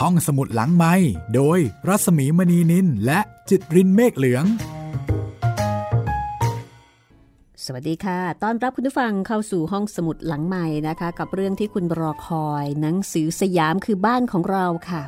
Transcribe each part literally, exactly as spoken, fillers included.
ห้องสมุดหลังไมค์โดยรัศมีมณีนินและจิตรินเมฆเหลืองสวัสดีค่ะต้อนรับคุณผู้ฟังเข้าสู่ห้องสมุดหลังไมค์นะคะกับเรื่องที่คุณรอคอยหนังสือสยามคือบ้านของเราค่ะ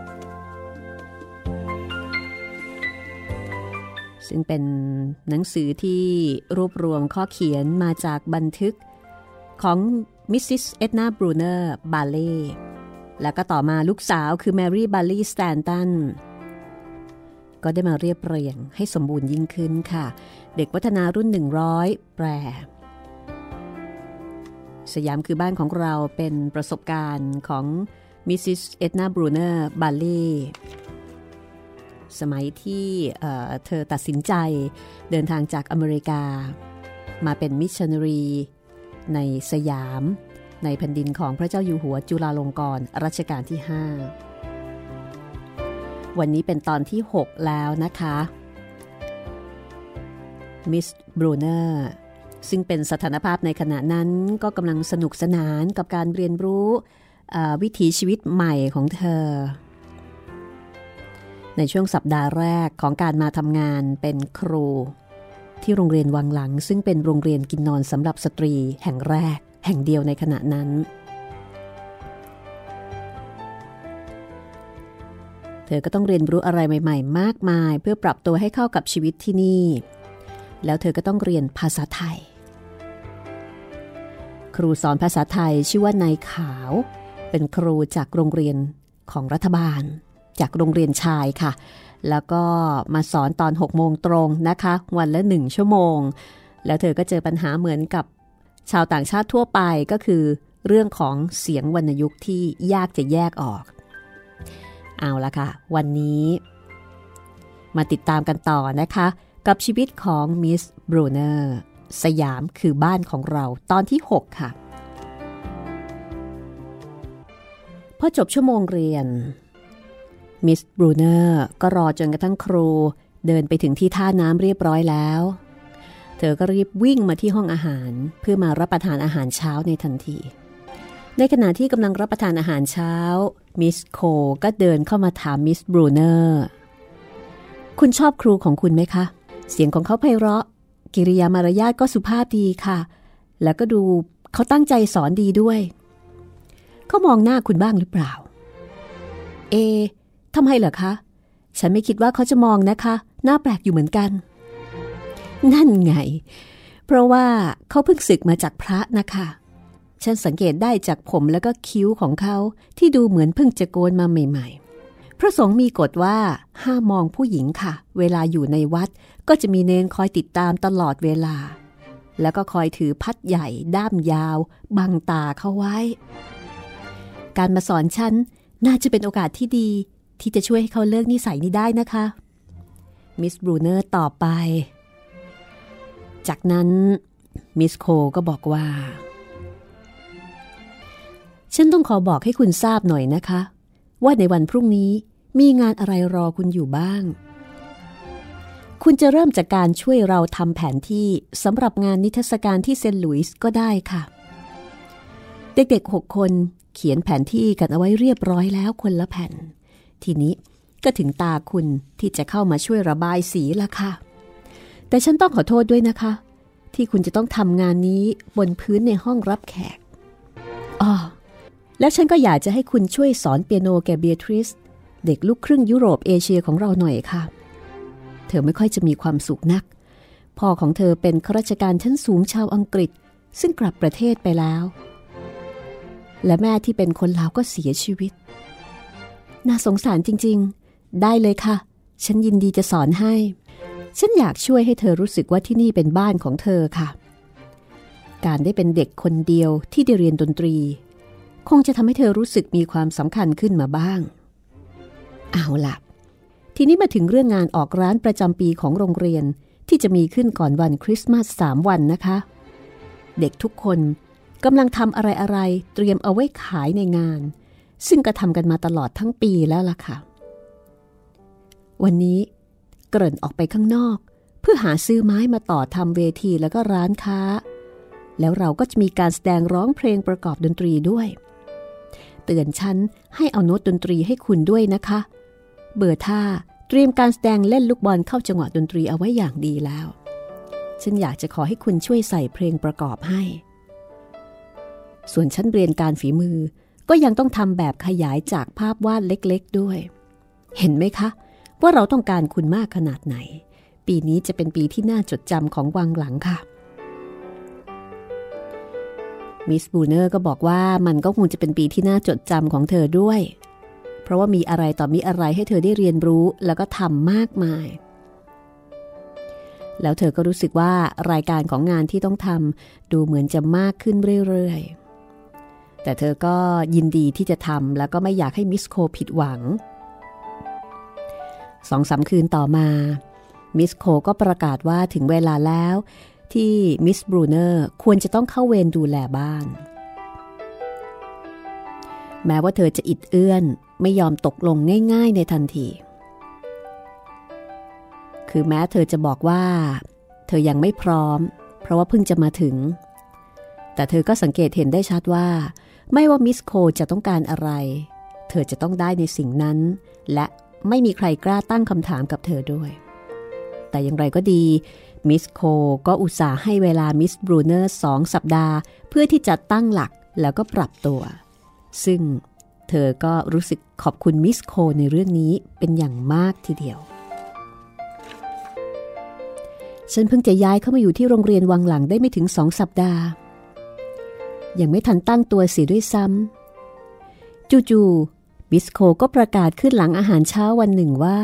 ซึ่งเป็นหนังสือที่รวบรวมข้อเขียนมาจากบันทึกของมิสซิสเอ็ดนาบรูเนอร์บาเล่แล้วก็ต่อมาลูกสาวคือแมรี่บาลีสแตนตันก็ได้มาเรียบเรียงให้สมบูรณ์ยิ่งขึ้นค่ะเด็กวัฒนารุ่นหนึ่งร้อยแปลสยามคือบ้านของเราเป็นประสบการณ์ของมิสซิสเอ็ดนาบรูเนอร์บาเล่สมัยที่เอ่อเธอตัดสินใจเดินทางจากอเมริกามาเป็นมิชชันนารีในสยามในแผ่นดินของพระเจ้าอยู่หัวจุฬาลงกรณ์รัชกาลที่ห้าวันนี้เป็นตอนที่หกแล้วนะคะมิสบรูเนอร์ซึ่งเป็นสถานภาพในขณะนั้นก็กำลังสนุกสนานกับการเรียนรู้วิถีชีวิตใหม่ของเธอในช่วงสัปดาห์แรกของการมาทำงานเป็นครูที่โรงเรียนวังหลังซึ่งเป็นโรงเรียนกินนอนสำหรับสตรีแห่งแรกแห่งเดียวในขณะนั้นเธอก็ต้องเรียนรู้อะไรใหม่ๆมากมายเพื่อปรับตัวให้เข้ากับชีวิตที่นี่แล้วเธอก็ต้องเรียนภาษาไทยครูสอนภาษาไทยชื่อว่านายขาวเป็นครูจากโรงเรียนของรัฐบาลจากโรงเรียนชายค่ะแล้วก็มาสอนตอนหกโมงตรงนะคะวันละหนึ่งชั่วโมงแล้วเธอก็เจอปัญหาเหมือนกับชาวต่างชาติทั่วไปก็คือเรื่องของเสียงวรรณยุกต์ที่ยากจะแยกออกเอาละค่ะวันนี้มาติดตามกันต่อนะคะกับชีวิตของมิสบรูเนอร์สยามคือบ้านของเราตอนที่หกค่ะพอจบชั่วโมงเรียนมิสบรูเนอร์ก็รอจนกระทั่งครูเดินไปถึงที่ท่าน้ำเรียบร้อยแล้วเธอก็รีบวิ่งมาที่ห้องอาหารเพื่อมารับประทานอาหารเช้าในทันทีในขณะที่กำลังรับประทานอาหารเช้ามิสโคก็เดินเข้ามาถามมิสบรูเนอร์คุณชอบครูของคุณไหมคะเสียงของเขาไพเราะกิริยามารยาทก็สุภาพดีค่ะแล้วก็ดูเขาตั้งใจสอนดีด้วยเขามองหน้าคุณบ้างหรือเปล่าเอทำไมเหรอคะฉันไม่คิดว่าเขาจะมองนะคะน่าแปลกอยู่เหมือนกันนั่นไงเพราะว่าเขาเพิ่งศึกมาจากพระนะคะฉันสังเกตได้จากผมแล้วก็คิ้วของเขาที่ดูเหมือนเพิ่งจะโกนมาใหม่ๆพระสงฆ์มีกฎว่าห้ามมองผู้หญิงค่ะเวลาอยู่ในวัดก็จะมีเนนคอยติดตามตลอดเวลาแล้วก็คอยถือพัดใหญ่ด้ามยาวบังตาเขาไว้การมาสอนฉันน่าจะเป็นโอกาสที่ดีที่จะช่วยให้เขาเลิกนิสัยนี้ได้นะคะมิสบรูเนอร์ตอบไปจากนั้นมิสโคก็บอกว่าฉันต้องขอบอกให้คุณทราบหน่อยนะคะว่าในวันพรุ่งนี้มีงานอะไรรอคุณอยู่บ้างคุณจะเริ่มจากการช่วยเราทำแผนที่สำหรับงานนิทรรศการที่เซนต์หลุยส์ก็ได้ค่ะเด็กๆหกคนเขียนแผนที่กันเอาไว้เรียบร้อยแล้วคนละแผ่นทีนี้ก็ถึงตาคุณที่จะเข้ามาช่วยระบายสีละค่ะแต่ฉันต้องขอโทษด้วยนะคะที่คุณจะต้องทำงานนี้บนพื้นในห้องรับแขกอ้อแล้วฉันก็อยากจะให้คุณช่วยสอนเปียโนแก่เบียทริสเด็กลูกครึ่งยุโรปเอเชียของเราหน่อยค่ะเธอไม่ค่อยจะมีความสุขนักพ่อของเธอเป็นข้าราชการชั้นสูงชาวอังกฤษซึ่งกลับประเทศไปแล้วและแม่ที่เป็นคนลาวก็เสียชีวิตน่าสงสารจริงๆได้เลยค่ะฉันยินดีจะสอนให้ฉันอยากช่วยให้เธอรู้สึกว่าที่นี่เป็นบ้านของเธอค่ะการได้เป็นเด็กคนเดียวที่ได้เรียนดนตรีคงจะทำให้เธอรู้สึกมีความสำคัญขึ้นมาบ้างเอาล่ะทีนี้มาถึงเรื่องงานออกร้านประจำปีของโรงเรียนที่จะมีขึ้นก่อนวันคริสต์มาสสามวันนะคะเด็กทุกคนกำลังทำอะไรๆเตรียมเอาไว้ขายในงานซึ่งก็ทำกันมาตลอดทั้งปีแล้วล่ะค่ะวันนี้เกริ่นออกไปข้างนอกเพื่อหาซื้อไม้มาต่อทำเวทีแล้วก็ร้านค้าแล้วเราก็จะมีการแสดงร้องเพลงประกอบดนตรีด้วยเตือนฉันให้เอาโน้ตดนตรีให้คุณด้วยนะคะเบอร์ท่าเตรียมการแสดงเล่นลูกบอลเข้าจังหวะดนตรีเอาไว้อย่างดีแล้วฉันอยากจะขอให้คุณช่วยใส่เพลงประกอบให้ส่วนฉันเรียนการฝีมือก็ยังต้องทำแบบขยายจากภาพวาดเล็กๆด้วยเห็นไหมคะว่าเราต้องการคุณมากขนาดไหนปีนี้จะเป็นปีที่น่าจดจำของวังหลังค่ะมิสบูเนอร์ก็บอกว่ามันก็คงจะเป็นปีที่น่าจดจำของเธอด้วยเพราะว่ามีอะไรต่อมีอะไรให้เธอได้เรียนรู้แล้วก็ทำมากมายแล้วเธอก็รู้สึกว่ารายการของงานที่ต้องทำดูเหมือนจะมากขึ้นเรื่อยๆแต่เธอก็ยินดีที่จะทำแล้วก็ไม่อยากให้มิสโคผิดหวังสองสามคืนต่อมามิสโคก็ประกาศว่าถึงเวลาแล้วที่มิสบรูเนอร์ควรจะต้องเข้าเวรดูแลบ้านแม้ว่าเธอจะอิดเอื้อนไม่ยอมตกลงง่ายๆในทันทีคือแม้เธอจะบอกว่าเธอยังไม่พร้อมเพราะว่าเพิ่งจะมาถึงแต่เธอก็สังเกตเห็นได้ชัดว่าไม่ว่ามิสโคจะต้องการอะไรเธอจะต้องได้ในสิ่งนั้นและไม่มีใครกล้าตั้งคำถามกับเธอด้วยแต่อย่างไรก็ดีมิสโคก็อุตส่าห์ให้เวลามิสบรูเนอร์สองสัปดาห์เพื่อที่จะตั้งหลักแล้วก็ปรับตัวซึ่งเธอก็รู้สึกขอบคุณมิสโคในเรื่องนี้เป็นอย่างมากทีเดียวฉันเพิ่งจะย้ายเข้ามาอยู่ที่โรงเรียนวังหลังได้ไม่ถึงสองสัปดาห์ยังไม่ทันตั้งตัวเสียด้วยซ้ำจู่ๆมิสโคก็ประกาศขึ้นหลังอาหารเช้าวันหนึ่งว่า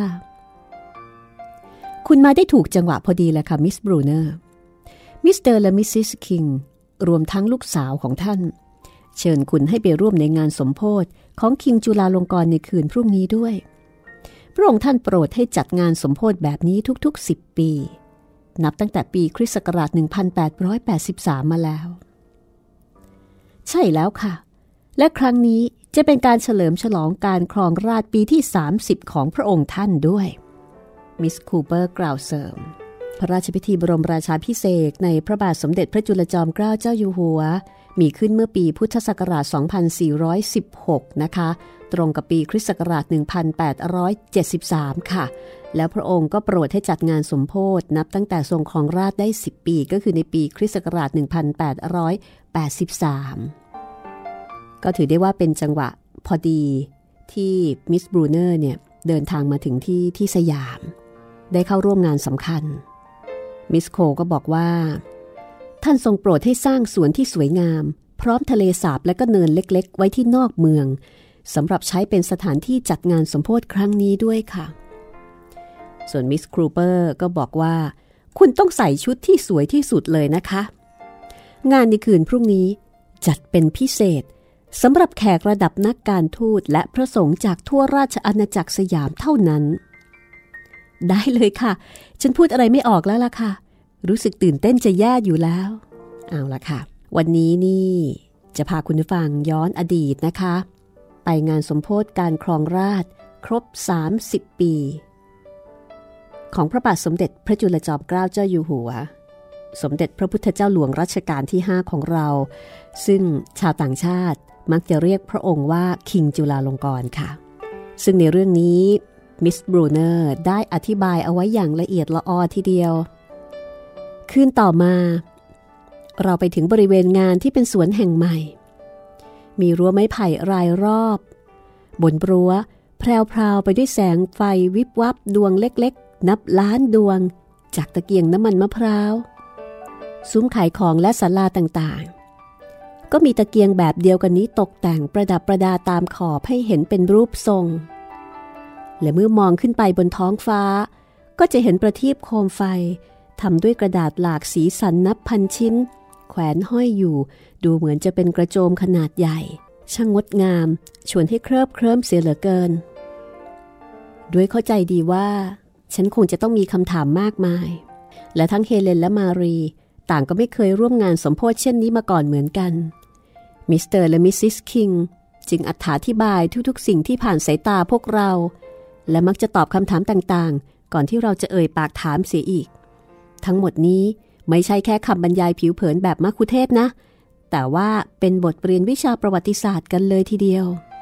คุณมาได้ถูกจังหวะพอดีแหละค่ะมิสบรูเนอร์มิสเตอร์และมิสซิสคิงรวมทั้งลูกสาวของท่านเชิญคุณให้ไปร่วมในงานสมโภชของคิงจุฬาลงกรณ์ในคืนพรุ่งนี้ด้วยพระองค์ท่านโปรดให้จัดงานสมโภชแบบนี้ทุกๆสิบปีนับตั้งแต่ปีคริสต์ศักราชหนึ่งพันแปดร้อยแปดสิบสามมาแล้วใช่แล้วค่ะและครั้งนี้จะเป็นการเฉลิมฉลองการครองราชย์ปีที่สามสิบของพระองค์ท่านด้วยมิสคูเปอร์กล่าวเสริมพระราชพิธีบรมราชาภิเษกในพระบาทสมเด็จพระจุลจอมเกล้าเจ้าอยู่หัวมีขึ้นเมื่อปีพุทธศักราชสองพันสี่ร้อยสิบหกนะคะตรงกับปีคริสต์ศักราชหนึ่งพันแปดร้อยเจ็ดสิบสามค่ะแล้วพระองค์ก็โปรดให้จัดงานสมโภชนับตั้งแต่ทรงครองราชย์ได้สิบปีก็คือในปีคริสต์ศักราชหนึ่งพันแปดร้อยแปดสิบสามก็ถือได้ว่าเป็นจังหวะพอดีที่มิสบรูเนอร์เนี่ยเดินทางมาถึงที่ที่สยามได้เข้าร่วมงานสำคัญมิสโคก็บอกว่าท่านทรงโปรดให้สร้างสวนที่สวยงามพร้อมทะเลสาบและก็เนินเล็กๆไว้ที่นอกเมืองสำหรับใช้เป็นสถานที่จัดงานสมโภชครั้งนี้ด้วยค่ะส่วนมิสครูเปอร์ก็บอกว่าคุณต้องใส่ชุดที่สวยที่สุดเลยนะคะงานในคืนพรุ่งนี้จัดเป็นพิเศษสำหรับแขกระดับนักการทูตและพระสงฆ์จากทั่วราชอาณาจักรสยามเท่านั้นได้เลยค่ะฉันพูดอะไรไม่ออกแล้วล่ะค่ะรู้สึกตื่นเต้นจะแย่อยู่แล้วเอาล่ะค่ะวันนี้นี่จะพาคุณผู้ฟังย้อนอดีตนะคะไปงานสมโภชการครองราชย์ครบสามสิบปีของพระบาทสมเด็จพระจุลจอมเกล้าเจ้าอยู่หัวสมเด็จพระพุทธเจ้าหลวงรัชกาลที่ห้าของเราซึ่งชาวต่างชาติมักจะเรียกพระองค์ว่าคิงจุฬาลงกรณ์ค่ะซึ่งในเรื่องนี้มิสบรูเนอร์ได้อธิบายเอาไว้อย่างละเอียดละออทีเดียวคืนต่อมาเราไปถึงบริเวณงานที่เป็นสวนแห่งใหม่มีรั้วไม้ไผ่รายรอบบนรั้วแพรวๆไปด้วยแสงไฟวิบวับดวงเล็กๆนับล้านดวงจากตะเกียงน้ำมันมะพร้าวซุ้มขายของและศาลาต่างๆก็มีตะเกียงแบบเดียวกันนี้ตกแต่งประดับประดาตามขอบให้เห็นเป็นรูปทรงและเมื่อมองขึ้นไปบนท้องฟ้าก็จะเห็นประทีปโคมไฟทำด้วยกระดาษหลากสีสันนับพันชิ้นแขวนห้อยอยู่ดูเหมือนจะเป็นกระโจมขนาดใหญ่ช่างงดงามชวนให้เคลิบเคลิ้มเสียเหลือเกินด้วยเข้าใจดีว่าฉันคงจะต้องมีคำถามมากมายและทั้งเฮเลนและมารีต่างก็ไม่เคยร่วมงานสมโภชเช่นนี้มาก่อนเหมือนกันมิสเตอร์และมิสซิสคิงจึงอธิบายทุกๆสิ่งที่ผ่านสายตาพวกเราและมักจะตอบคำถามต่างๆก่อนที่เราจะเอ่ยปากถามเสียอีกทั้งหมดนี้ไม่ใช่แค่คำบรรยายผิวเผินแบบมัคคุเทศก์นะแต่ว่าเป็นบทเรียนวิชาประวัติศาสตร์กันเลยทีเดียว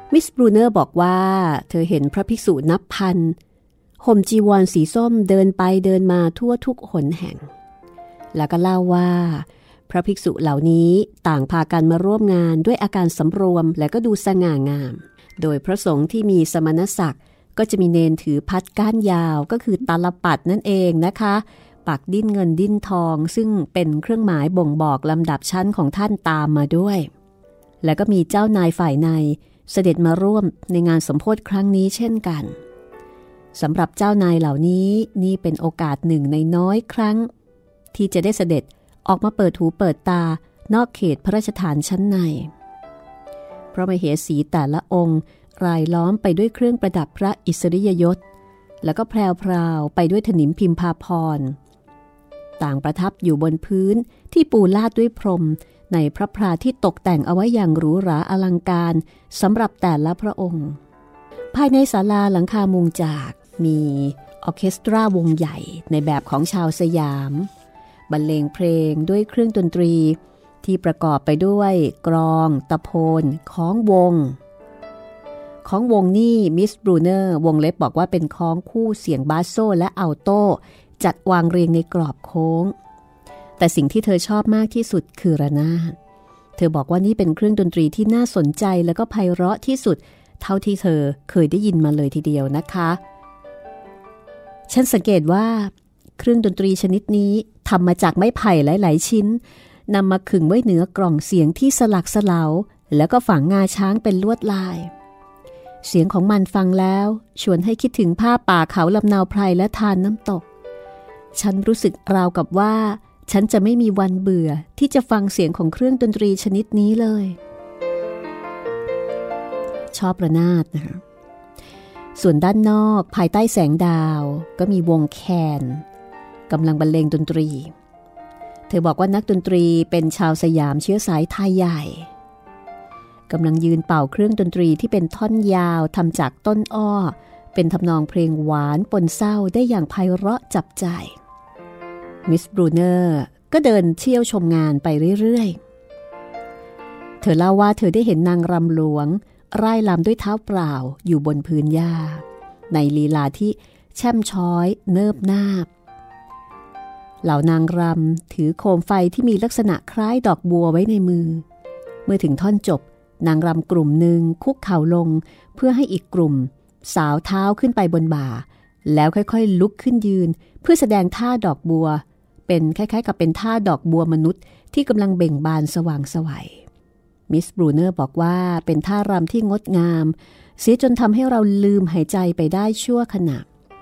มิสบรูเนอร์บอกว่าเธอเห็นพระภิกษุนับพันห่มจีวรสีส้มเดินไปเดินมาทั่วทุกหนแห่งแล้วก็เล่าว่าพระภิกษุเหล่านี้ต่างพากันมาร่วมงานด้วยอาการสำรวมและก็ดูสง่างามโดยพระสงฆ์ที่มีสมณศักดิ์ก็จะมีเนนถือพัดก้านยาวก็คือตาลปัดนั่นเองนะคะปักดิ้นเงินดิ้นทองซึ่งเป็นเครื่องหมายบ่งบอกลำดับชั้นของท่านตามมาด้วยแล้วก็มีเจ้านายฝ่ายในเสด็จมาร่วมในงานสมโภชครั้งนี้เช่นกันสำหรับเจ้านายเหล่านี้นี่เป็นโอกาสหนึ่งในน้อยครั้งที่จะได้เสด็จออกมาเปิดหูเปิดตานอกเขตพระราชฐานชั้นในเพราะมเหสีแต่ละองค์รายล้อมไปด้วยเครื่องประดับพระอิสริยยศแล้วก็แพรวๆไปด้วยถนิมพิมพาภรณ์ต่างประทับอยู่บนพื้นที่ปูลาดด้วยพรมในพระพราที่ตกแต่งเอาไว้อย่างหรูหราอลังการสำหรับแต่ละพระองค์ภายในศาลาหลังคามุงจากมีออร์เคสตราวงใหญ่ในแบบของชาวสยามบรรเลงเพลงด้วยเครื่องดนตรีที่ประกอบไปด้วยกลองตะโพนค้องวงค้องวงนี่มิสบรูเนอร์วงเล็บบอกว่าเป็นค้องคู่เสียงบาสโซและอัลโต้จัดวางเรียงในกรอบโค้งแต่สิ่งที่เธอชอบมากที่สุดคือระนาดเธอบอกว่านี่เป็นเครื่องดนตรีที่น่าสนใจแล้วก็ไพเราะที่สุดเท่าที่เธอเคยได้ยินมาเลยทีเดียวนะคะฉันสังเกตว่าเครื่องดนตรีชนิดนี้ทำมาจากไม้ไผ่หลายๆชิ้นนำมาขึงไว้เหนือกล่องเสียงที่สลักสลาวแล้วก็ฝังงาช้างเป็นลวดลายเสียงของมันฟังแล้วชวนให้คิดถึงภาพป่าเขาลำนาวไพรและทานน้ำตกฉันรู้สึกราวกับว่าฉันจะไม่มีวันเบื่อที่จะฟังเสียงของเครื่องดนตรีชนิดนี้เลยชอบระนาดนะคะส่วนด้านนอกภายใต้แสงดาวก็มีวงแคนกำลังบรรเลงดนตรีเธอบอกว่านักดนตรีเป็นชาวสยามเชื้อสายไทยใหญ่กำลังยืนเป่าเครื่องดนตรีที่เป็นท่อนยาวทำจากต้นอ้อเป็นทำนองเพลงหวานปนเศร้าได้อย่างไพเราะจับใจมิสบรูเนอร์ก็เดินเที่ยวชมงานไปเรื่อยๆเธอเล่าว่าเธอได้เห็นนางรำหลวงร่ายรำด้วยเท้าเปล่าอยู่บนพื้นหญ้าในลีลาที่แช่มช้อยเนิบนาบเหล่านางรำถือโคมไฟที่มีลักษณะคล้ายดอกบัวไว้ในมือเมื่อถึงท่อนจบนางรำกลุ่มหนึ่งคุกเข่าลงเพื่อให้อีกกลุ่มสาวเท้าขึ้นไปบนบ่าแล้วค่อยๆลุกขึ้นยืนเพื่อแสดงท่าดอกบัวเป็นคล้ายๆกับเป็นท่าดอกบัวมนุษย์ที่กำลังเบ่งบานสว่างไสวมิสบรูเนอร์บอกว่าเป็นท่ารำที่งดงามเสียจนทำให้เราลืมหายใจไปได้ชั่วขณะ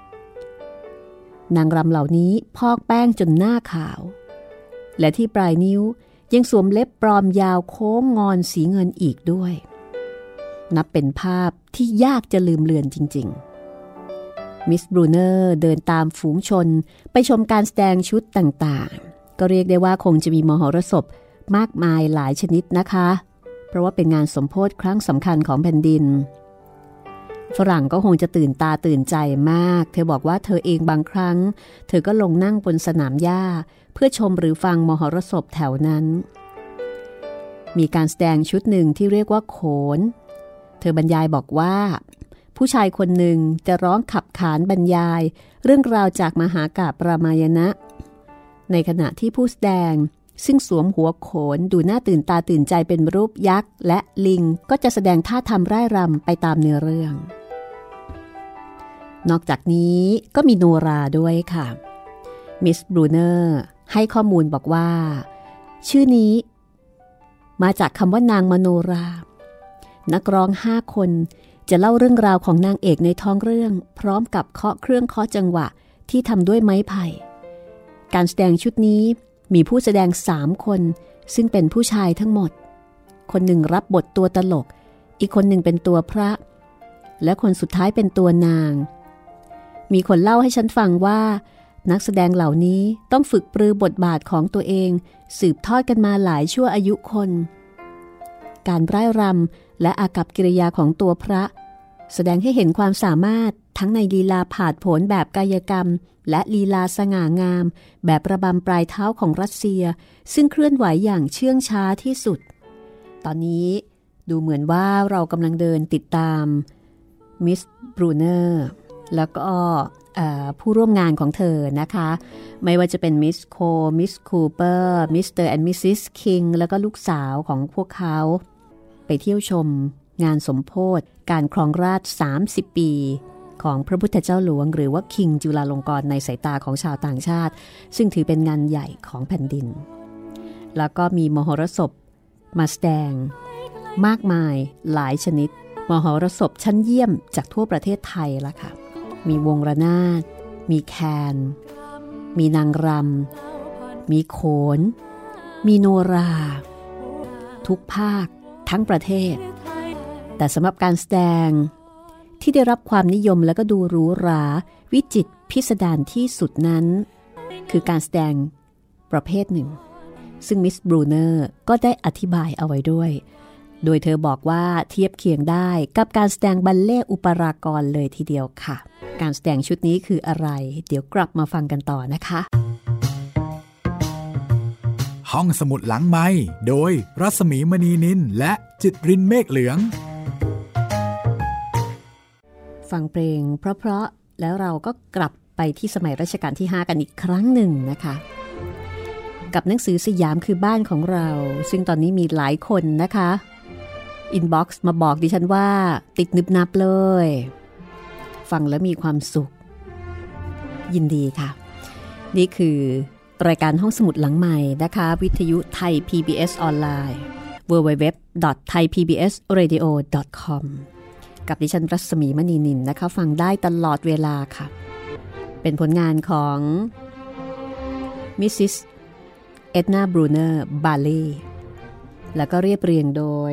นางรำเหล่านี้พอกแป้งจนหน้าขาวและที่ปลายนิ้วยังสวมเล็บปลอมยาวโค้งงอนสีเงินอีกด้วยนับเป็นภาพที่ยากจะลืมเลือนจริงๆมิสบรูเนอร์เดินตามฝูงชนไปชมการแสดงชุดต่างๆก็เรียกได้ว่าคงจะมีมหรสพมากมายหลายชนิดนะคะเพราะว่าเป็นงานสมโภชครั้งสำคัญของแผ่นดินฝรั่งก็คงจะตื่นตาตื่นใจมากเธอบอกว่าเธอเองบางครั้งเธอก็ลงนั่งบนสนามหญ้าเพื่อชมหรือฟังมหรสพแถวนั้นมีการแสดงชุดหนึ่งที่เรียกว่าโขนเธอบรรยายบอกว่าผู้ชายคนหนึ่งจะร้องขับขานบรรยายเรื่องราวจากมหากาพย์รามายณะในขณะที่ผู้แสดงซึ่งสวมหัวโขนดูน่าตื่นตาตื่นใจเป็นรูปยักษ์และลิงก็จะแสดงท่าทำร่ายรำไปตามเนื้อเรื่องนอกจากนี้ก็มีโนราด้วยค่ะมิสบรูเนอร์ให้ข้อมูลบอกว่าชื่อนี้มาจากคำว่านางมโนรานักร้องห้าคนจะเล่าเรื่องราวของนางเอกในท้องเรื่องพร้อมกับเคาะเครื่องเคาะจังหวะที่ทำด้วยไม้ไผ่การแสดงชุดนี้มีผู้แสดงสามคนซึ่งเป็นผู้ชายทั้งหมดคนหนึ่งรับบทตัวตลกอีกคนหนึ่งเป็นตัวพระและคนสุดท้ายเป็นตัวนางมีคนเล่าให้ฉันฟังว่านักแสดงเหล่านี้ต้องฝึกปรือบทบาทของตัวเองสืบทอดกันมาหลายชั่วอายุคนการร่ายรำและอากัปกิริยาของตัวพระแสดงให้เห็นความสามารถทั้งในลีลาผาดโผนแบบกายกรรมและลีลาสง่างามแบบระบำปลายเท้าของรัสเซียซึ่งเคลื่อนไหวอย่างเชื่องช้าที่สุดตอนนี้ดูเหมือนว่าเรากำลังเดินติดตามมิสบรูเนอร์แล้วก็ผู้ร่วมงานของเธอนะคะไม่ว่าจะเป็นมิสโคมิสคูเปอร์มิสเตอร์แอนด์มิสซิสคิงแล้วก็ลูกสาวของพวกเขาไปเที่ยวชมงานสมโภชการครองราชย์สามสิบปีของพระพุทธเจ้าหลวงหรือว่าคิงจุฬาลงกรณ์ในสายตาของชาวต่างชาติซึ่งถือเป็นงานใหญ่ของแผ่นดินแล้วก็มีมหรสพมาแสดงมากมายหลายชนิดมหรสพชั้นเยี่ยมจากทั่วประเทศไทยละค่ะมีวงระนาดมีแคนมีนางรำมีโขนมีโนราทุกภาคทั้งประเทศแต่สำหรับการแสดงที่ได้รับความนิยมและก็ดูหรูหราวิจิตรพิสดารที่สุดนั้นคือการแสดงประเภทหนึ่งซึ่งมิสบรูเนอร์ก็ได้อธิบายเอาไว้ด้วยโดยเธอบอกว่าเทียบเคียงได้กับการแสดงบัลเล่ต์อุปรากรเลยทีเดียวค่ะการแสดงชุดนี้คืออะไรเดี๋ยวกลับมาฟังกันต่อนะคะห้องสมุดหลังไมค์โดยรัศมีมณีนินและจิตรินเมฆเหลืองฟังเพลงเพราะๆแล้วเราก็กลับไปที่สมัยรัชกาลที่ห้ากันอีกครั้งหนึ่งนะคะกับหนังสือสยามคือบ้านของเราซึ่งตอนนี้มีหลายคนนะคะอินบ็อกซ์มาบอกดิฉันว่าติดนึบนับเลยฟังแล้วมีความสุขยินดีค่ะนี่คือรายการห้องสมุดหลังใหม่นะคะวิทยุไทย พี บี เอส ออนไลน์ ดับเบิลยู ดับเบิลยู ดับเบิลยู ดอท ไทย พี บี เอส เรดิโอ ดอท คอม กับดิฉันรัศมีมณีนินนะคะฟังได้ตลอดเวลาค่ะเป็นผลงานของมิสซิสเอ็ดนาบรูเนอร์บาเล่แล้วก็เรียบเรียงโดย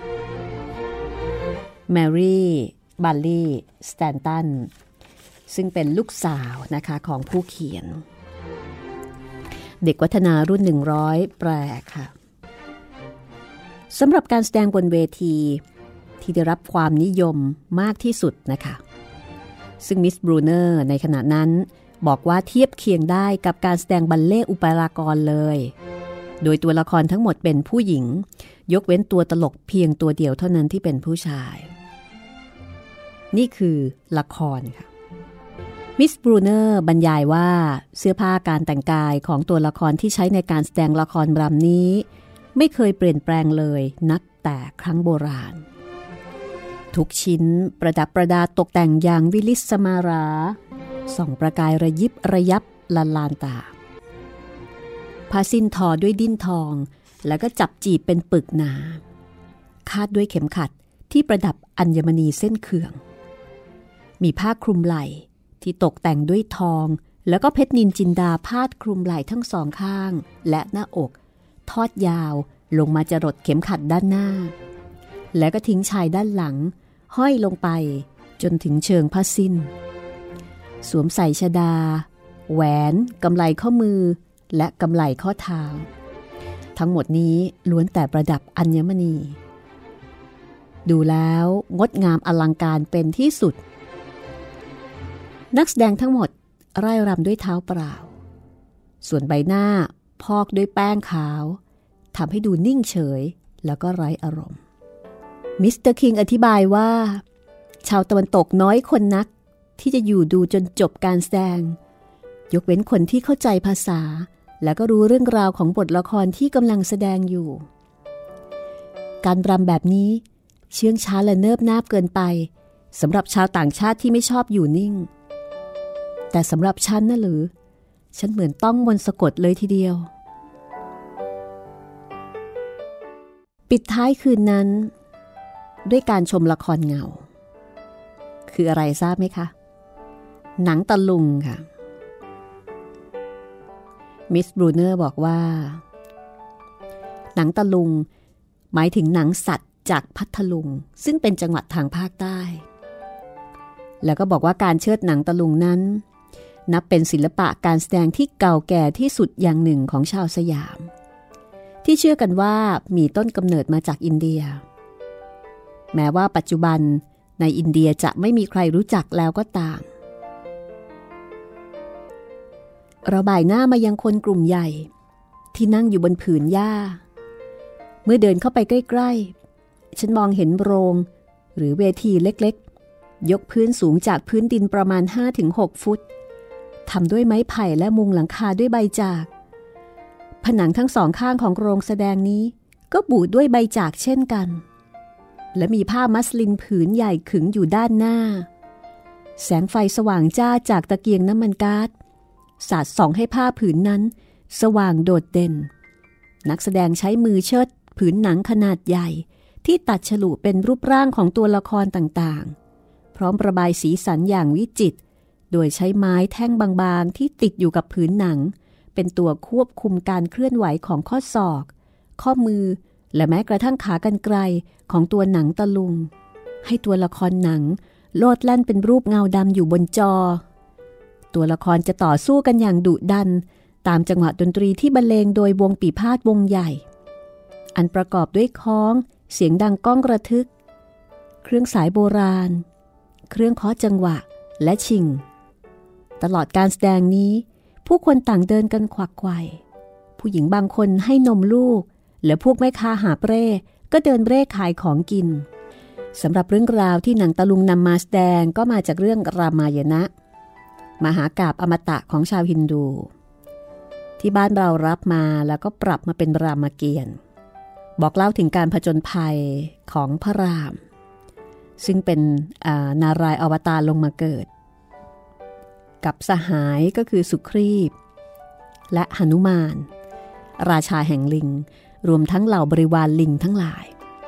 แมรี่บัลลี่สแตนตันซึ่งเป็นลูกสาวนะคะของผู้เขียนเด็กวัฒนารุ่นหนึ่งร้อยแปลค่ะสำหรับการแสดงบนเวทีที่ได้รับความนิยมมากที่สุดนะคะซึ่งมิสบรูเนอร์ในขณะนั้นบอกว่าเทียบเคียงได้กับการแสดงบัลเล่ต์อุปรากรเลยโดยตัวละครทั้งหมดเป็นผู้หญิงยกเว้นตัวตลกเพียงตัวเดียวเท่านั้นที่เป็นผู้ชายนี่คือละครค่ะมิสบรูเนอร์บรรยายว่าเสื้อผ้าการแต่งกายของตัวละครที่ใช้ในการแสดงละครรำนี้ไม่เคยเปลี่ยนแปลงเลยนับแต่ครั้งโบราณทุกชิ้นประดับประดาตกแต่งอย่างวิลิสมาราส่องประกายระยิบระยับละลานตาผ้าสิ้นทอด้วยดิ้นทองแล้วก็จับจีบเป็นปึกหนาคาดด้วยเข็มขัดที่ประดับอัญมณีเส้นเขื่องมีผ้าคลุมไหล่ที่ตกแต่งด้วยทองแล้วก็เพชรนินจินดาพาดคลุมไหล่ทั้งสองข้างและหน้าอกทอดยาวลงมาจรดเข็มขัดด้านหน้าแล้วก็ทิ้งชายด้านหลังห้อยลงไปจนถึงเชิงผ้าสิ้นสวมใส่ชดาแหวนกำไลข้อมือและกำไลข้อเท้าทั้งหมดนี้ล้วนแต่ประดับอัญมณีดูแล้วงดงามอลังการเป็นที่สุดนักแสดงทั้งหมดร่ายรำด้วยเท้าเปล่าส่วนใบหน้าพอกด้วยแป้งขาวทำให้ดูนิ่งเฉยแล้วก็ไร้อารมณ์มิสเตอร์คิงอธิบายว่าชาวตะวันตกน้อยคนนักที่จะอยู่ดูจนจบการแสดงยกเว้นคนที่เข้าใจภาษาแล้วก็รู้เรื่องราวของบทละครที่กำลังแสดงอยู่การรำแบบนี้เชื่องช้าและเนิบนาบเกินไปสำหรับชาวต่างชาติที่ไม่ชอบอยู่นิ่งแต่สำหรับฉันน่ะหรือฉันเหมือนต้องมนต์สะกดเลยทีเดียวปิดท้ายคืนนั้นด้วยการชมละครเงาคืออะไรทราบไหมคะหนังตะลุงค่ะมิสบรูเนอร์บอกว่าหนังตะลุงหมายถึงหนังสัตว์จากพัทลุงซึ่งเป็นจังหวัดทางภาคใต้แล้วก็บอกว่าการเชิดหนังตะลุงนั้นนับเป็นศิลปะการแสดงที่เก่าแก่ที่สุดอย่างหนึ่งของชาวสยามที่เชื่อกันว่ามีต้นกำเนิดมาจากอินเดียแม้ว่าปัจจุบันในอินเดียจะไม่มีใครรู้จักแล้วก็ตามเราบ่ายหน้ามายังคนกลุ่มใหญ่ที่นั่งอยู่บนผืนหญ้าเมื่อเดินเข้าไปใกล้ๆฉันมองเห็นโรงหรือเวทีเล็กๆยกพื้นสูงจากพื้นดินประมาณ ห้าถึงหก ฟุตทำด้วยไม้ไผ่และมุงหลังคาด้วยใบจากผนังทั้งสองข้างของโรงแสดงนี้ก็บูดด้วยใบจากเช่นกันและมีผ้ามัสลินผืนใหญ่ขึงอยู่ด้านหน้าแสงไฟสว่างจ้าจากตะเกียงน้ำมันก๊าซสาดส่องให้ผ้าผืนนั้นสว่างโดดเด่นนักแสดงใช้มือเชิดผืนหนังขนาดใหญ่ที่ตัดฉลุเป็นรูปร่างของตัวละครต่างๆพร้อมระบายสีสันอย่างวิจิตรโดยใช้ไม้แท่งบางๆที่ติดอยู่กับผืนหนังเป็นตัวควบคุมการเคลื่อนไหวของข้อศอกข้อมือและแม้กระทั่งขากรรไกรของตัวหนังตะลุงให้ตัวละครหนังโลดแล่นเป็นรูปเงาดำอยู่บนจอตัวละครจะต่อสู้กันอย่างดุดันตามจังหวะดนตรีที่บรรเลงโดยวงปีพาทย์วงใหญ่อันประกอบด้วยค้องเสียงดังก้องระทึกเครื่องสายโบราณเครื่องเคาะจังหวะและชิงตลอดการแสดงนี้ผู้คนต่างเดินกันขวักไขว่ผู้หญิงบางคนให้นมลูกและพวกแม่ค้าหาเร่ก็เดินเร่ขายของกินสำหรับเรื่องราวที่หนังตะลุงนำมาแสดงก็มาจากเรื่องรามายณะมหากาพย์อมตะของชาวฮินดูที่บ้านเรารับมาแล้วก็ปรับมาเป็นรามเกียรติ์บอกเล่าถึงการผจญภัยของพระรามซึ่งเป็นนารายณ์อวตารลงมาเกิดกับสหายก็คือสุครีพและหนุมานราชาแห่งลิงรวมทั้งเหล่าบริวารลิงทั้งหลาย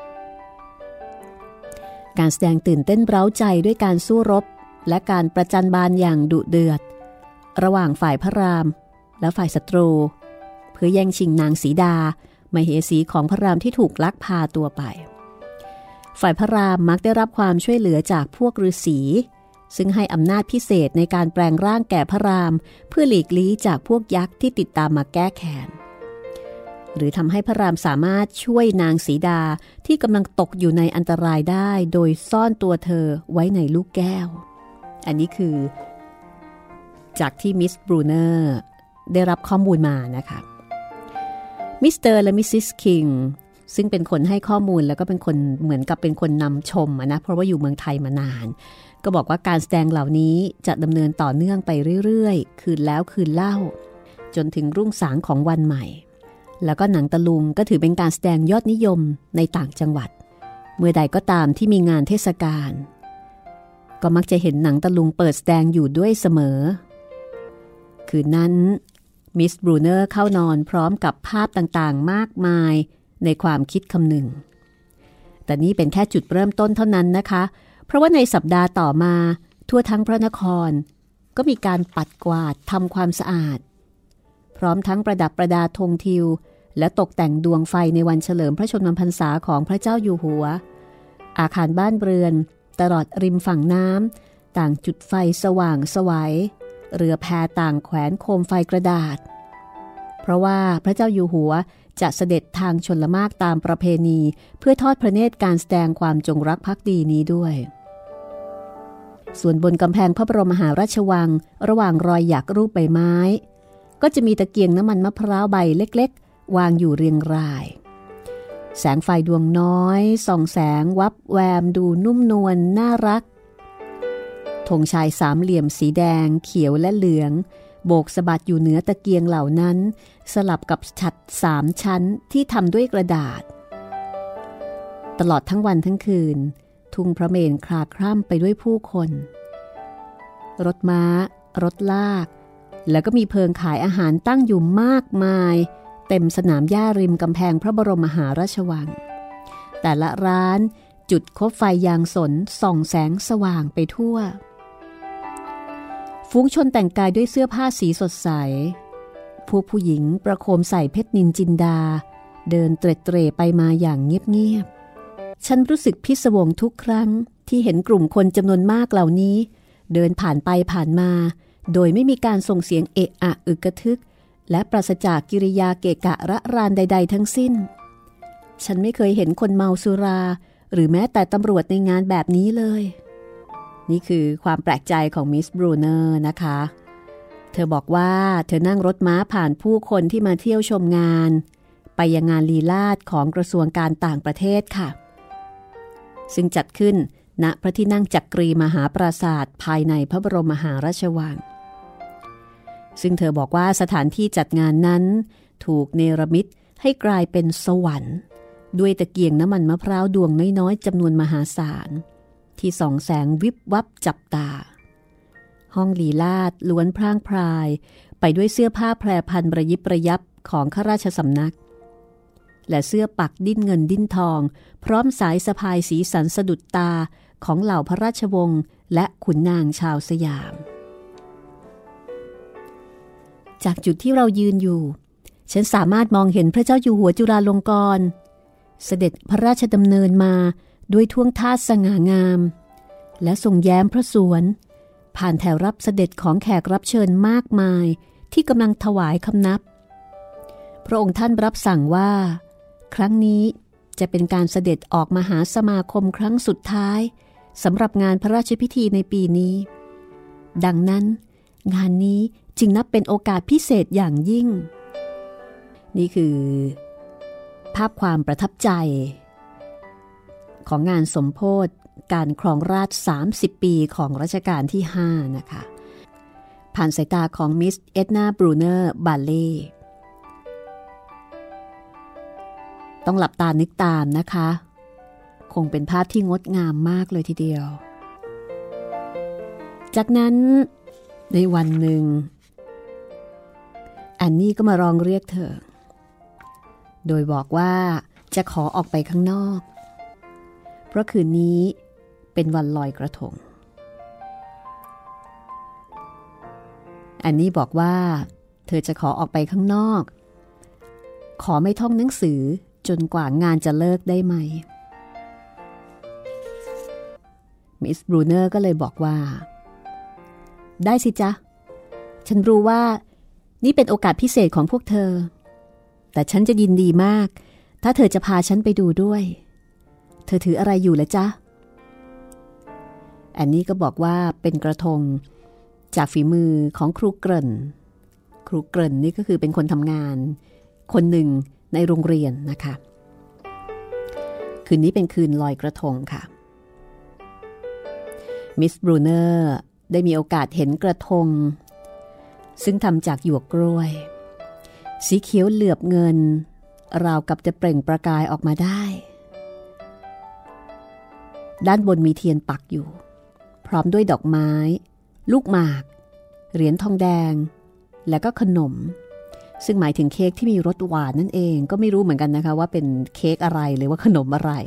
การแสดงตื่นเต้นเร้าใจด้วยการสู้รบและการประจันบานอย่างดุเดือดระหว่างฝ่ายพระรามและฝ่ายศัตรูเพื่อแย่งชิงนางสีดามเหสีของพระรามที่ถูกลักพาตัวไปฝ่ายพระรามมักได้รับความช่วยเหลือจากพวกฤาษีซึ่งให้อำนาจพิเศษในการแปลงร่างแก่พระรามเพื่อหลีกลี้จากพวกยักษ์ที่ติดตามมาแก้แค้นหรือทำให้พระรามสามารถช่วยนางสีดาที่กำลังตกอยู่ในอันตรายได้โดยซ่อนตัวเธอไว้ในลูกแก้วอันนี้คือจากที่มิสบรูเนอร์ได้รับข้อมูลมานะคะมิสเตอร์และมิสซิสคิงซึ่งเป็นคนให้ข้อมูลแล้วก็เป็นคนเหมือนกับเป็นคนนำชมนะเพราะว่าอยู่เมืองไทยมานานก็บอกว่าการแสดงเหล่านี้จะดำเนินต่อเนื่องไปเรื่อยๆคืนแล้วคืนเล่าจนถึงรุ่งสางของวันใหม่แล้วก็หนังตะลุงก็ถือเป็นการแสดงยอดนิยมในต่างจังหวัดเมื่อใดก็ตามที่มีงานเทศกาลก็มักจะเห็นหนังตะลุงเปิดแสดงอยู่ด้วยเสมอคืนนั้นมิสบรูเนอร์เข้านอนพร้อมกับภาพต่างๆมากมายในความคิดคำหนึ่งแต่นี่เป็นแค่จุดเริ่มต้นเท่านั้นนะคะเพราะว่าในสัปดาห์ต่อมาทั่วทั้งพระนครก็มีการปัดกวาดทำความสะอาดพร้อมทั้งประดับประดาธงทิวและตกแต่งดวงไฟในวันเฉลิมพระชนมพรรษาของพระเจ้าอยู่หัวอาคารบ้านเรือนตลอดริมฝั่งน้ำต่างจุดไฟสว่างสวัยเรือแพต่างแขวนโคมไฟกระดาษเพราะว่าพระเจ้าอยู่หัวจะเสด็จทางชลมารตามประเพณีเพื่อทอดพระเนตรการแสดงความจงรักภักดีนี้ด้วยส่วนบนกำแพงพระบรมมหาราชวังระหว่างรอยหยักรูปใบไม้ก็จะมีตะเกียงน้ำมันมะพร้าวใบเล็กๆวางอยู่เรียงรายแสงไฟดวงน้อยส่องแสงวับแวมดูนุ่มนวลน่ารักธงชายสามเหลี่ยมสีแดงเขียวและเหลืองโบกสะบัดอยู่เหนือตะเกียงเหล่านั้นสลับกับฉัตรสามชั้นที่ทำด้วยกระดาษตลอดทั้งวันทั้งคืนทุ่งพระเมรุคลาคร่ำไปด้วยผู้คนรถม้ารถลากแล้วก็มีเพิงขายอาหารตั้งอยู่มากมายเต็มสนามหญ้าริมกำแพงพระบรมมหาราชวังแต่ละร้านจุดคบไฟยางสนส่องแสงสว่างไปทั่วฝูงชนแต่งกายด้วยเสื้อผ้าสีสดใสพวกผู้หญิงประโคมใส่เพชรนินจินดาเดินเตร็ดเตร่ไปมาอย่างเงียบๆฉันรู้สึกพิศวงทุกครั้งที่เห็นกลุ่มคนจำนวนมากเหล่านี้เดินผ่านไปผ่านมาโดยไม่มีการส่งเสียงเอะอะอึกกระทึกและปราศจากกิริยาเกะกะระรานใดๆทั้งสิ้นฉันไม่เคยเห็นคนเมาสุราหรือแม้แต่ตำรวจในงานแบบนี้เลยนี่คือความแปลกใจของมิสบรูเนอร์นะคะเธอบอกว่าเธอนั่งรถม้าผ่านผู้คนที่มาเที่ยวชมงานไปยังงานลีลาศของกระทรวงการต่างประเทศค่ะซึ่งจัดขึ้นณพระที่นั่งจักรีมหาปราสาทภายในพระบรมมหาราชวังซึ่งเธอบอกว่าสถานที่จัดงานนั้นถูกเนรมิตให้กลายเป็นสวรรค์ด้วยตะเกียงน้ำมันมะพร้าวดวงน้อยๆจำนวนมหาศาลที่ส่องแสงวิบวับจับตาห้องลีลาศล้วนพร่างพรายไปด้วยเสื้อผ้าแพรพันประยิบประยับของข้าราชสำนักและเสื้อปักดิ้นเงินดิ้นทองพร้อมสายสะพายสีสันสะดุดตาของเหล่าพระราชวงศ์และขุนนางชาวสยามจากจุดที่เรายืนอยู่ฉันสามารถมองเห็นพระเจ้าอยู่หัวจุฬาลงกรณ์เสด็จพระราชดำเนินมาด้วยท่วงท่าสง่างามและทรงแย้มพระสวนผ่านแถวรับเสด็จของแขกรับเชิญมากมายที่กำลังถวายคำนับพระองค์ท่านรับสั่งว่าครั้งนี้จะเป็นการเสด็จออกมหาสมาคมครั้งสุดท้ายสำหรับงานพระราชพิธีในปีนี้ดังนั้นงานนี้จึงนับเป็นโอกาสพิเศษอย่างยิ่งนี่คือภาพความประทับใจของงานสมโภชการครองราชย์สามสิบปีของรัชกาลที่ห้านะคะผ่านสายตาของมิสเอ็ดนาบรูเนอร์บาเล่ต้องหลับตานึกตามนะคะคงเป็นภาพที่งดงามมากเลยทีเดียวจากนั้นในวันหนึ่งแอนนี่ก็มาร้องเรียกเธอโดยบอกว่าจะขอออกไปข้างนอกเพราะคืนนี้เป็นวันลอยกระทงแอนนี่บอกว่าเธอจะขอออกไปข้างนอกขอไม่ท่องหนังสือจนกว่างานจะเลิกได้ไหมมิสบรูเนอร์ก็เลยบอกว่าได้สิจ๊ะฉันรู้ว่านี่เป็นโอกาสพิเศษของพวกเธอแต่ฉันจะยินดีมากถ้าเธอจะพาฉันไปดูด้วยเธอถืออะไรอยู่ล่ะจ๊ะแอนนี่ก็บอกว่าเป็นกระทงจากฝีมือของครูเกริ่นครูเกริ่นนี่ก็คือเป็นคนทำงานคนหนึ่งในโรงเรียนนะคะคืนนี้เป็นคืนลอยกระทงค่ะมิสบรูเนอร์ได้มีโอกาสเห็นกระทงซึ่งทำจากหยวกกล้วยสีเขียวเหลือบเงินราวกับจะเปล่งประกายออกมาได้ด้านบนมีเทียนปักอยู่พร้อมด้วยดอกไม้ลูกหมากเหรียญทองแดงและก็ขนมซึ่งหมายถึงเค้กที่มีรสหวานนั่นเองก็ไม่รู้เหมือนกันนะคะว่าเป็นเค้กอะไรหรือว่าขนมอะไร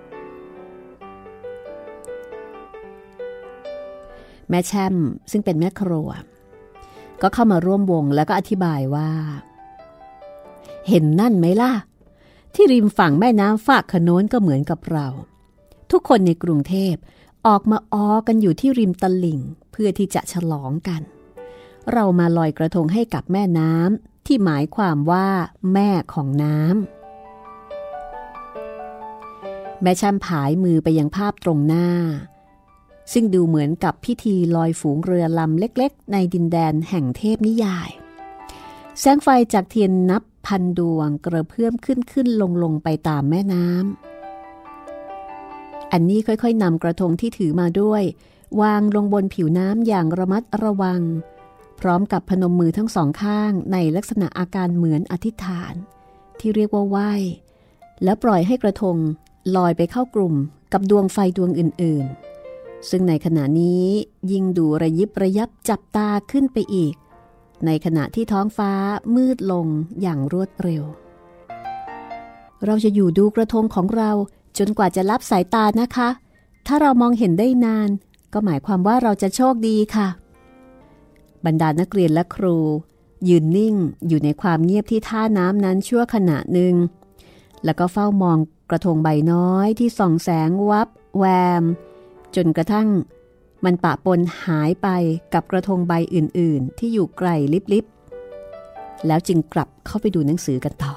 แม่แช่มซึ่งเป็นแม่ครัวก็เข้ามาร่วมวงแล้วก็อธิบายว่าเห็นนั่นไหมล่ะที่ริมฝั่งแม่น้ำฝากขโน้นก็เหมือนกับเราทุกคนในกรุงเทพออกมาอ้อกันอยู่ที่ริมตลิ่งเพื่อที่จะฉลองกันเรามาลอยกระทงให้กับแม่น้ำที่หมายความว่าแม่ของน้ำแม่ช่ำผายมือไปยังภาพตรงหน้าซึ่งดูเหมือนกับพิธีลอยฝูงเรือลำเล็กๆในดินแดนแห่งเทพนิยายแสงไฟจากเทียนนับพันดวงกระเพื่อมขึ้นขึ้นลงลงไปตามแม่น้ำอันนี้ค่อยๆนำกระทงที่ถือมาด้วยวางลงบนผิวน้ำอย่างระมัดระวังพร้อมกับพนมมือทั้งสองข้างในลักษณะอาการเหมือนอธิษฐานที่เรียกว่าไหว้แล้วปล่อยให้กระทงลอยไปเข้ากลุ่มกับดวงไฟดวงอื่นๆซึ่งในขณะนี้ยิ่งดูระยิบระยับจับตาขึ้นไปอีกในขณะที่ท้องฟ้ามืดลงอย่างรวดเร็วเราจะอยู่ดูกระทงของเราจนกว่าจะลับสายตานะคะถ้าเรามองเห็นได้นานก็หมายความว่าเราจะโชคดีค่ะบรรดานักเรียนและครูยืนนิ่งอยู่ในความเงียบที่ท่าน้ำนั้นชั่วขณะหนึ่งแล้วก็เฝ้ามองกระทงใบน้อยที่ส่องแสงวับแวมจนกระทั่งมันปะปนหายไปกับกระทงใบอื่นๆที่อยู่ไกลลิบๆแล้วจึงกลับเข้าไปดูหนังสือกันต่อ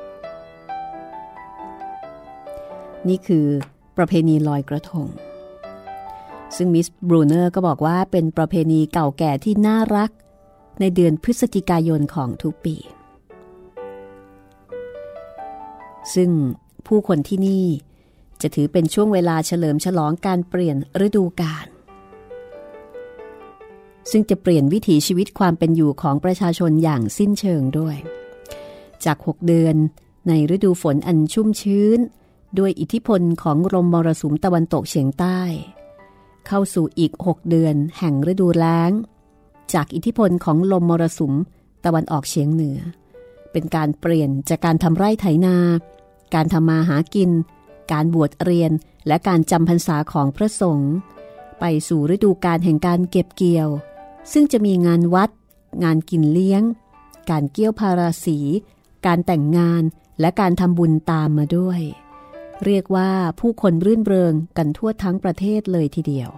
นี่คือประเพณีลอยกระทงซึ่งมิสบรูเนอร์ก็บอกว่าเป็นประเพณีเก่าแก่ที่น่ารักในเดือนพฤศจิกายนของทุกปีซึ่งผู้คนที่นี่จะถือเป็นช่วงเวลาเฉลิมฉลองการเปลี่ยนฤดูกาลซึ่งจะเปลี่ยนวิถีชีวิตความเป็นอยู่ของประชาชนอย่างสิ้นเชิงด้วยจากหกเดือนในฤดูฝนอันชุ่มชื้นด้วยอิทธิพลของลมมรสุมตะวันตกเฉียงใต้เข้าสู่อีกหกเดือนแห่งฤดูแล้งจากอิทธิพลของลมมรสุมตะวันออกเฉียงเหนือเป็นการเปลี่ยนจากการทำไร่ไถนาการทำมาหากินการบวชเรียนและการจำพรรษาของพระสงฆ์ไปสู่ฤดูกาลแห่งการเก็บเกี่ยวซึ่งจะมีงานวัดงานกินเลี้ยงการเกี่ยวพาราสีการแต่งงานและการทำบุญตามมาด้วยเรียกว่าผู้คนรื่นเริงกันทั่วทั้งประเทศเลยทีเดียว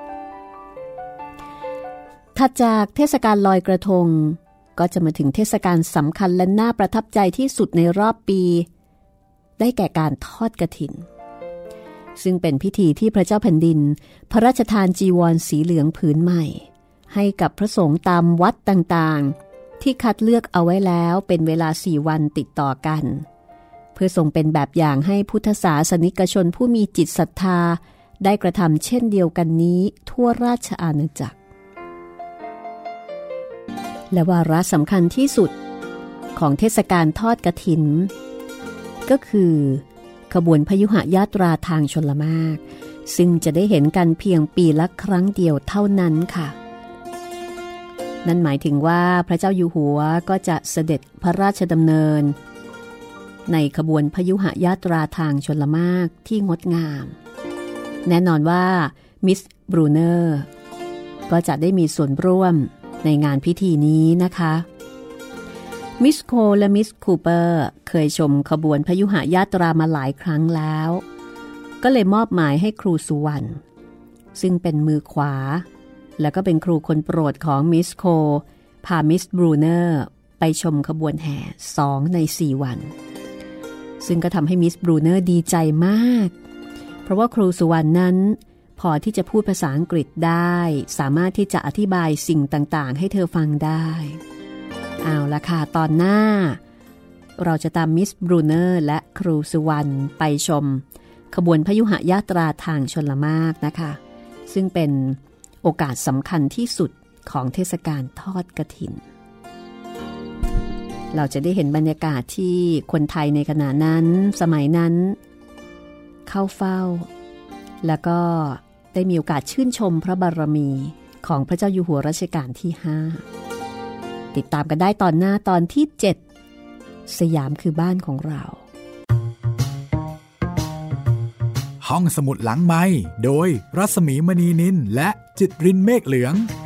ถัดจากเทศกาลลอยกระทงก็จะมาถึงเทศกาลสำคัญและน่าประทับใจที่สุดในรอบปีได้แก่การทอดกฐินซึ่งเป็นพิธีที่พระเจ้าแผ่นดินพระราชทานจีวรสีเหลืองผืนใหม่ให้กับพระสงฆ์ตามวัดต่างๆที่คัดเลือกเอาไว้แล้วเป็นเวลาสี่วันติดต่อกันเพื่อทรงเป็นแบบอย่างให้พุทธศาสนิกชนผู้มีจิตศรัทธาได้กระทำเช่นเดียวกันนี้ทั่วราชอาณาจักรและวาระสำคัญที่สุดของเทศกาลทอดกฐินก็คือขบวนพยุหญาตราทางชลมารซึ่งจะได้เห็นกันเพียงปีละครั้งเดียวเท่านั้นค่ะนั่นหมายถึงว่าพระเจ้าอยู่หัวก็จะเสด็จพระราชดำเนินในขบวนพยุหญาตราทางชลมารที่งดงามแน่นอนว่ามิสบรูเนอร์ก็จะได้มีส่วนร่วมในงานพิธีนี้นะคะมิสโคและมิสคูเปอร์เคยชมขบวนพยุหญาตรามาหลายครั้งแล้วก็เลยมอบหมายให้ครูสุวรรณซึ่งเป็นมือขวาแล้วก็เป็นครูคนโปรดของมิสโคพามิสบรูเนอร์ไปชมขบวนแห่สองในสี่วันซึ่งก็ทำให้มิสบรูเนอร์ดีใจมากเพราะว่าครูสุวรรณนั้นพอที่จะพูดภาษาอังกฤษได้สามารถที่จะอธิบายสิ่งต่างๆให้เธอฟังได้เอาละค่ะตอนหน้าเราจะตามมิสบรูเนอร์และครูสุวรรณไปชมขบวนพยุหญาตราทางชลมารนะคะซึ่งเป็นโอกาสสำคัญที่สุดของเทศกาลทอดกฐินเราจะได้เห็นบรรยากาศที่คนไทยในขณะนั้นสมัยนั้นเข้าเฝ้าแล้วก็ได้มีโอกาสชื่นชมพระบารมีของพระเจ้าอยู่หัวรัชกาลที่ห้าติดตามกันได้ตอนหน้าตอนที่เจ็ดสยามคือบ้านของเราห้องสมุดหลังไมค์โดยรัศมีมณีนินและจิตรินเมฆเหลือง